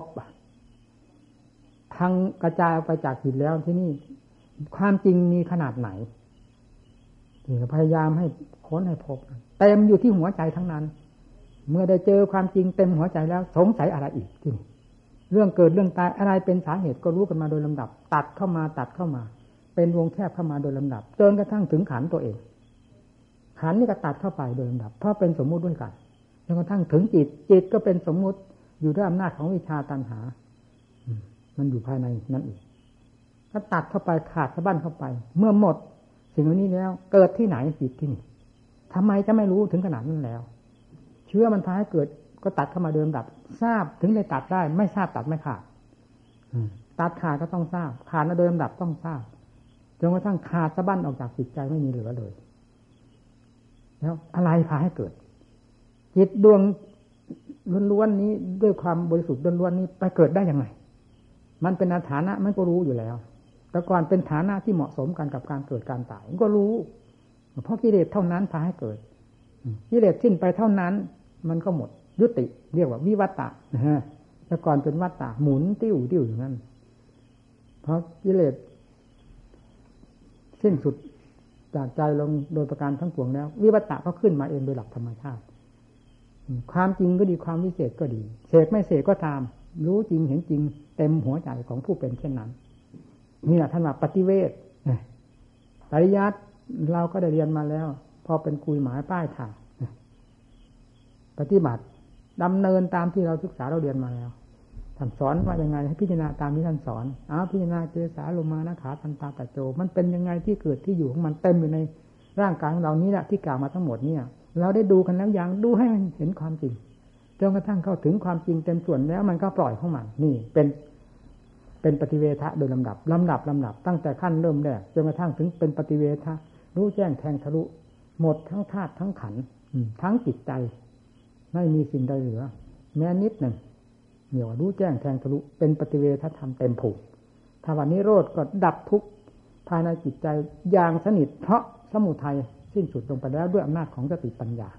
พังกระจายออกไปจากจิตแล้วที่นี่ความจริงมีขนาดไหนพยายามให้ค้นให้พบเต็มอยู่ที่หัวใจทั้งนั้นเมื่อได้เจอความจริงเต็มหัวใจแล้วสงสัยอะไรอีกที่นี่เรื่องเกิดเรื่องตายอะไรเป็นสาเหตุก็รู้กันมาโดยลำดับตัดเข้ามาเป็นวงแคบเข้ามาโดยลำดับจนกระทั่งถึงขันตัวเองขันนี่ก็ตัดเข้าไปโดยลำดับเพราะเป็นสมมุติด้วยกันจนกระทั่งถึงจิตก็เป็นสมมุติอยู่ด้วยอำนาจของวิชาตัณหามันอยู่ภายในนั่นเองถ้าตัดเข้าไปขาดสะบั้นเข้าไปเมื่อหมดสิ่งเหล่านี้แล้วเกิดที่ไหนจิตที่นี่ทำไมจะไม่รู้ถึงขนาดนั้นแล้วเชื้อมันพาให้เกิดก็ตัดเข้ามาโดยลำดับทราบถึงได้ตัดได้ไม่ทราบตัดไม่ขาดตัดขาดก็ต้องทราบขาดโดยลำดับต้องทราบจนกระทั่งขาดสะบั้นออกจากจิตใจไม่มีเหลือเลยแล้วอะไรพาให้เกิดจิตดวงล้วนๆนี้ด้วยความบริสุทธิ์ล้วนๆนี้ไปเกิดได้ยังไงมันเป็นฐานะมันก็รู้อยู่แล้วแต่ก่อนเป็นฐานะที่เหมาะสมกันกับการเกิดการตายก็รู้เพราะกิเลสเท่านั้นพาให้เกิดกิเลสสิ้นไปเท่านั้นมันก็หมดยุติเรียกว่าวิวัตตะแต่ก่อนเป็นวัตตะหมุนติ้วอย่างนั้นเพราะกิเลสสิ้นสุดจากใจลงโดยประการทั้งปวงแล้ววิวัตตะก็ขึ้นมาเองโดยหลักธรรมชาติความจริงก็ดีความวิเศษก็ดีเสกไม่เสกก็ตามรู้จริงเห็นจริงเต็มหัวใจของผู้เป็นเช่นนั้นนี่แหละท่านว่าปฏิเวทปริยัติเราก็ได้เรียนมาแล้วพอเป็นกุยหมายป้ายทางปฏิบัติดำเนินตามที่เราศึกษาเราเรียนมาแล้วท่านสอนว่ายังไงให้พิจารณาตามที่ท่านสอนพิจารณาเจสาโลมานะขาทันตาตะโจมันเป็นยังไงที่เกิดที่อยู่ของมันเต็มอยู่ในร่างกายของเรานี้แหละที่กล่าวมาทั้งหมดเนี่ยเราได้ดูกันแล้วอย่างดูให้มันเห็นความจริงจนกระทั่งเข้าถึงความจริงเต็มส่วนแล้วมันก็ปล่อยของมันนี่เป็นปฏิเวทะโดยลำดับตั้งแต่ขั้นเริ่มแรกจนกระทั่งถึงเป็นปฏิเวทะรู้แจ้งแทงทะลุหมดทั้งธาตุทั้งขันธ์ทั้งจิตใจไม่มีสิ่งใดเหลือแม้นิดหนึ่งเรียกว่ารู้แจ้งแทงทะลุเป็นปฏิเวทธรรมเต็มภูมิถ้าวันนี้โรธก็ดับทุกข์ภายในจิตใจอย่างสนิทเพราะสมุทัยสิ้นสุดลงไปแล้วด้วยอำนาจของสติปัญญา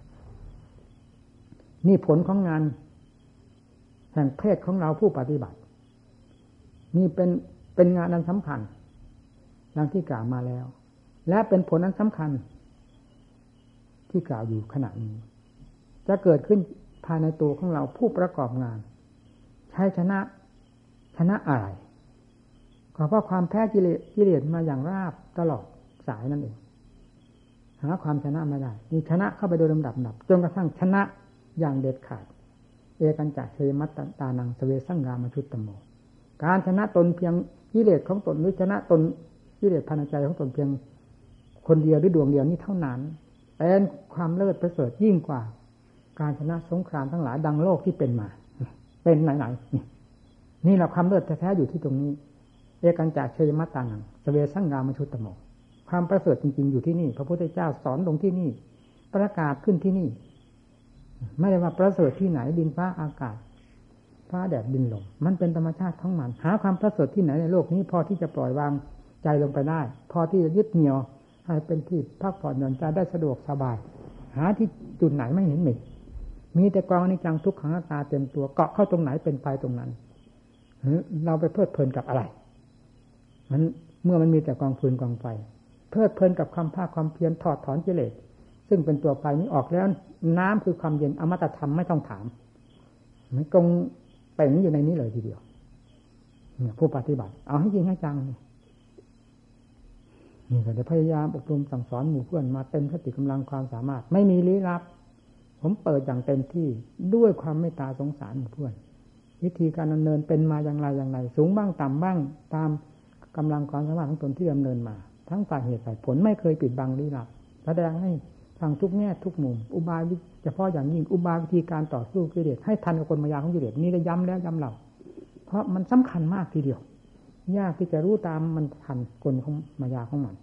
นี่ผลของงานแห่งเพศของเราผู้ปฏิบัตินี่เป็นงานอันสำคัญดังที่กล่าวมาแล้วและเป็นผลอันสำคัญที่กล่าวอยู่ขณะนี้จะเกิดขึ้นภายในตัวของเราผู้ประกอบงานใช้ชนะอะไรก็เพราะความแพ้กิเลสมาอย่างราบตลอดสายนั่นเองหาความชนะไม่ได้นี่ชนะเข้าไปโดยลำดับจนกระทั่งชนะอย่างเด็ดขาดเอกันจะเทมัตตานังสเวสังกามชุตตโมการชนะตนเพียงกิเลสของตนหรือชนะตนกิเลสภายในใจของตนเพียงคนเดียวหรือดวงเดียวนี้เท่านั้นเป็นความเลิศประเสริฐยิ่งกว่าการชนะสงครามทั้งหลายดังโลกที่เป็นมาเป็นไหนๆนี่แหละความเลิศแท้ๆอยู่ที่ตรงนี้เอกันจะเทมัตตานังสเวสังกามชุตตโมความประเสริฐจริงๆอยู่ที่นี่พระพุทธเจ้าสอนลงที่นี่ประกาศขึ้นที่นี่ไม่ได้ว่าประเสริฐที่ไหนดินฟ้าอากาศฟ้าแดดดินลมมันเป็นธรรมชาติของมันหาความประเสริฐที่ไหนในโลกนี้พอที่จะปล่อยวางใจลงไปได้พอที่จะยึดเหนี่ยวให้เป็นที่พักผ่อนหย่อนใจได้สะดวกสบายหาที่จุดไหนไม่เห็นมีแต่กองอนิจจังทุกขังอนัตตาเต็มตัวเกาะเข้าตรงไหนเป็นไปตรงนั้นเราไปเพลิดเพลินกับอะไรมันเมื่อมันมีแต่กองฟืนกองไฟเพลิดเพลินกับความภาคความเพียรถอดถอนกิเลสซึ่งเป็นตัวไฟนี้ออกแล้วน้ำคือความเย็นอมตะธรรมไม่ต้องถามมันกงเป่งอยู่ในนี้เลยทีเดียวเนี่ยผู้ปฏิบัติเอาให้จริงให้จังนี่ก็ได้พยายามอบรมสั่งสอนหมู่เพื่อนมาเต็มสติกำลังความสามารถไม่มีลี้ลับผมเปิดอย่างเต็มที่ด้วยความเมตตาสงสารหมู่เพื่อนวิธีการดำเนินเป็นมาอย่างไรสูงบ้างต่ำบ้างตามกำลังความสามารถของตนที่ดำเนินมาทั้งฝ่ายเหตุฝ่ายผลไม่เคยปิดบังลี้ลับแสดงให้ฟังทุกแง่ทุกมุมอุบายเฉพาะอย่างยิ่งอุบายวิธีการต่อสู้กิเลสให้ทันกับกลมายาของกิเลสนี่ได้ย้ำแล้วย้ำเล่าเพราะมันสำคัญมากทีเดียวยากที่จะรู้ตามมันทันกลของมายาของมัน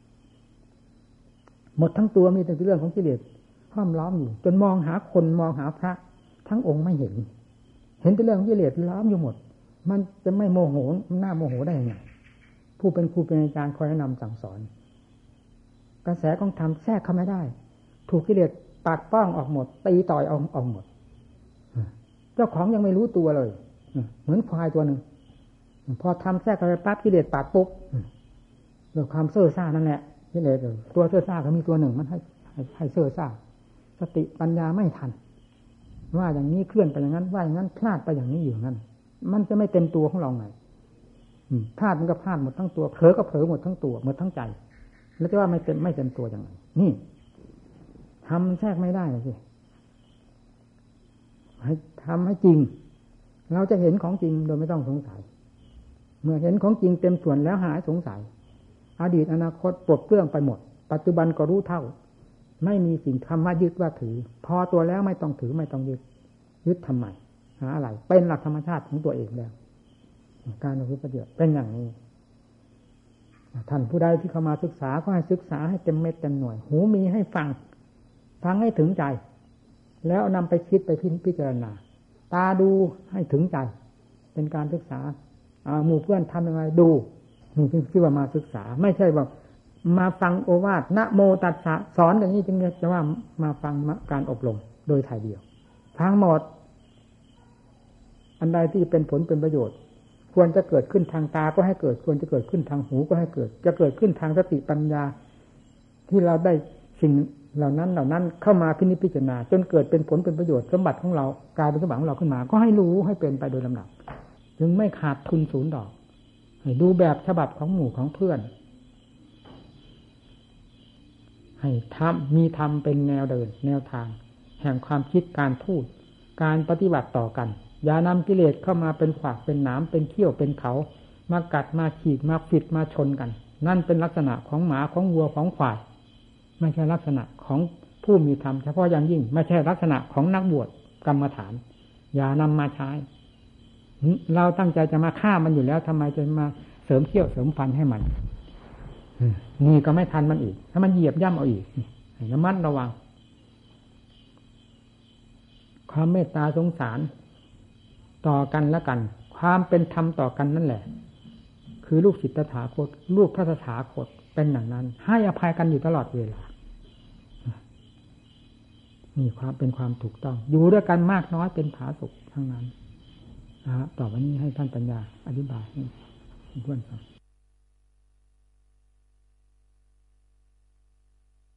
หมดทั้งตัวมีแต่เรื่องของกิเลสห้อมล้อมอยู่จนมองหาคนมองหาพระทั้งองค์ไม่เห็นแต่เรื่องของกิเลสล้อมอยู่หมดมันจะไม่โมโหหน้าโมโหได้ยังไงผู้เป็นครูเป็นอาจารย์คอยแนะนำสั่งสอนกระแสของธรรมแทรกเข้าไม่ได้ถูกกิเลสปาดป้องออกหมดตีต่อยออกหมดเจ้าของยังไม่รู้ตัวเลยเหมือนควายตัวหนึ่งพอทำแทรกเข้าไปปั๊บกิเลสปาดปุ๊บด้วยความเซ่อซ่านั่นแหละกิเลสตัวเซ่อซ่าก็มีตัวหนึ่งมันให้เซ่อซ่าสติปัญญาไม่ทันว่าอย่างนี้เคลื่อนไปอย่างนั้นว่าอย่างนั้นพลาดไปอย่างนี้อยู่งั้นมันจะไม่เต็มตัวของเราไงพลาดมันก็พลาดหมดทั้งตัวเผลอก็เผลอหมดทั้งตัวหมดทั้งใจแล้วจะว่าไม่เต็มตัวยังไงนี่ทำแทรกไม่ได้สิให้ทำให้จริงเราจะเห็นของจริงโดยไม่ต้องสงสัยเมื่อเห็นของจริงเต็มส่วนแล้วหายสงสัยอดีตอนาคตปลดเปลื้องไปหมดปัจจุบันก็รู้เท่าไม่มีสิ่งคำว่ายึดว่าถือพอตัวแล้วไม่ต้องถือไม่ต้องยึดทำไมหาอะไรเป็นหลักธรรมชาติของตัวเองแล้วการปฏิบัติเป็นอย่างนี้ท่านผู้ใดที่เข้ามาศึกษาก็ให้ศึกษาให้เต็มเม็ดเต็มหน่วยหูมีให้ฟังให้ถึงใจแล้วนำไปคิดไปพิจารณาตาดูให้ถึงใจเป็นการศึกษาหมู่เพื่อนทำยังไงดูนี่คือว่ามาศึกษาไม่ใช่ว่ามาฟังโอวาทนะโมตัสสะสอนอย่างนี้จึงจะว่ามาฟังการอบรมโดยถ่ายเดียวทั้งหมดอันใดที่เป็นผลเป็นประโยชน์ควรจะเกิดขึ้นทางตาก็ให้เกิดควรจะเกิดขึ้นทางหูก็ให้เกิดจะเกิดขึ้นทางสติปัญญาที่เราได้สิ่งเหล่านั้นเข้ามาพิจารณาจนเกิดเป็นผลเป็นประโยชน์สมบัติของเรากลายเป็นสมบัติของเราขึ้นมาก็ให้รู้ให้เป็นไปโดยลำดับจึงไม่ขาดทุนศูนย์ดอกให้ดูแบบฉบับของหมู่ของเพื่อนให้มีธรรมเป็นแนวเดินแนวทางแห่งความคิดการพูดการปฏิบัติต่อกันอย่านำกิเลสเข้ามาเป็นขวากเป็นหนามเป็นเขี้ยวเป็นเขามากัดมาขีดมาฝิดมาชนกันนั่นเป็นลักษณะของหมาของวัวของควายไม่ใช่ลักษณะของผู้มีธรรมเฉพาะอย่างยิ่งไม่ใช่ลักษณะของนักบวชกรรมฐานอย่านำมาใช้เราตั้งใจจะมาฆ่ามันอยู่แล้วทำไมจะมาเสริมเขี้ยวเสริมฟันให้มันนี่ก็ไม่ทันมันอีกถ้ามันเหยียบย่ำเอาอีกระมัดระวังความเมตตาสงสารต่อกันและกันความเป็นธรรมต่อกันนั่นแหละคือลูกศิษย์ตถาคตลูกพระตถาคตเป็นอย่างนั้นให้อภัยกันอยู่ตลอดเวลานี่ความเป็นความถูกต้องอยู่ด้วยกันมากน้อยเป็นผาสุกทั้งนั้นต่อไปนี้ให้ท่านปัญญาอธิบายให้เพื่อนฟัง